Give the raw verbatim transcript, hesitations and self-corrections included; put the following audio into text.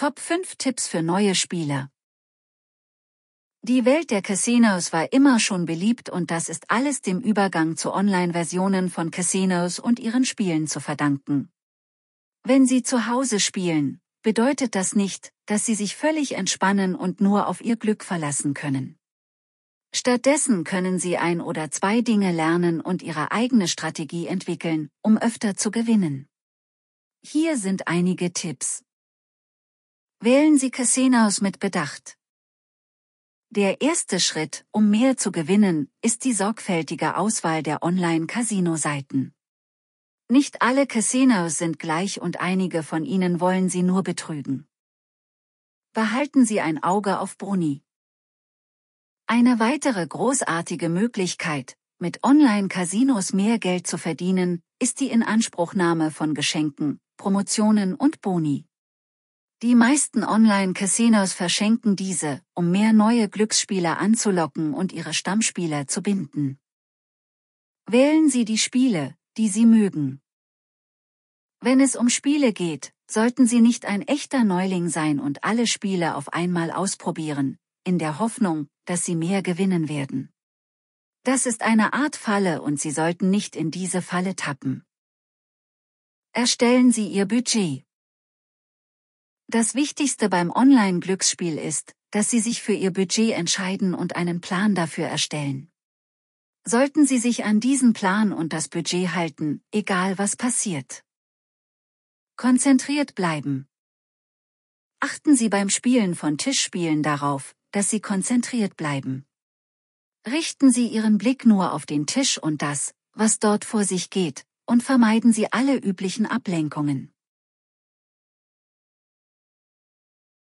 Top fünf Tipps für neue Spieler. Die Welt der Casinos war immer schon beliebt und das ist alles dem Übergang zu Online-Versionen von Casinos und ihren Spielen zu verdanken. Wenn Sie zu Hause spielen, bedeutet das nicht, dass Sie sich völlig entspannen und nur auf Ihr Glück verlassen können. Stattdessen können Sie ein oder zwei Dinge lernen und Ihre eigene Strategie entwickeln, um öfter zu gewinnen. Hier sind einige Tipps. Wählen Sie Casinos mit Bedacht. Der erste Schritt, um mehr zu gewinnen, ist die sorgfältige Auswahl der Online-Casino-Seiten. Nicht alle Casinos sind gleich und einige von ihnen wollen Sie nur betrügen. Behalten Sie ein Auge auf Boni. Eine weitere großartige Möglichkeit, mit Online-Casinos mehr Geld zu verdienen, ist die Inanspruchnahme von Geschenken, Promotionen und Boni. Die meisten Online-Casinos verschenken diese, um mehr neue Glücksspieler anzulocken und ihre Stammspieler zu binden. Wählen Sie die Spiele, die Sie mögen. Wenn es um Spiele geht, sollten Sie nicht ein echter Neuling sein und alle Spiele auf einmal ausprobieren, in der Hoffnung, dass Sie mehr gewinnen werden. Das ist eine Art Falle und Sie sollten nicht in diese Falle tappen. Erstellen Sie Ihr Budget. Das Wichtigste beim Online-Glücksspiel ist, dass Sie sich für Ihr Budget entscheiden und einen Plan dafür erstellen. Sollten Sie sich an diesen Plan und das Budget halten, egal was passiert. Konzentriert bleiben. Achten Sie beim Spielen von Tischspielen darauf, dass Sie konzentriert bleiben. Richten Sie Ihren Blick nur auf den Tisch und das, was dort vor sich geht, und vermeiden Sie alle üblichen Ablenkungen.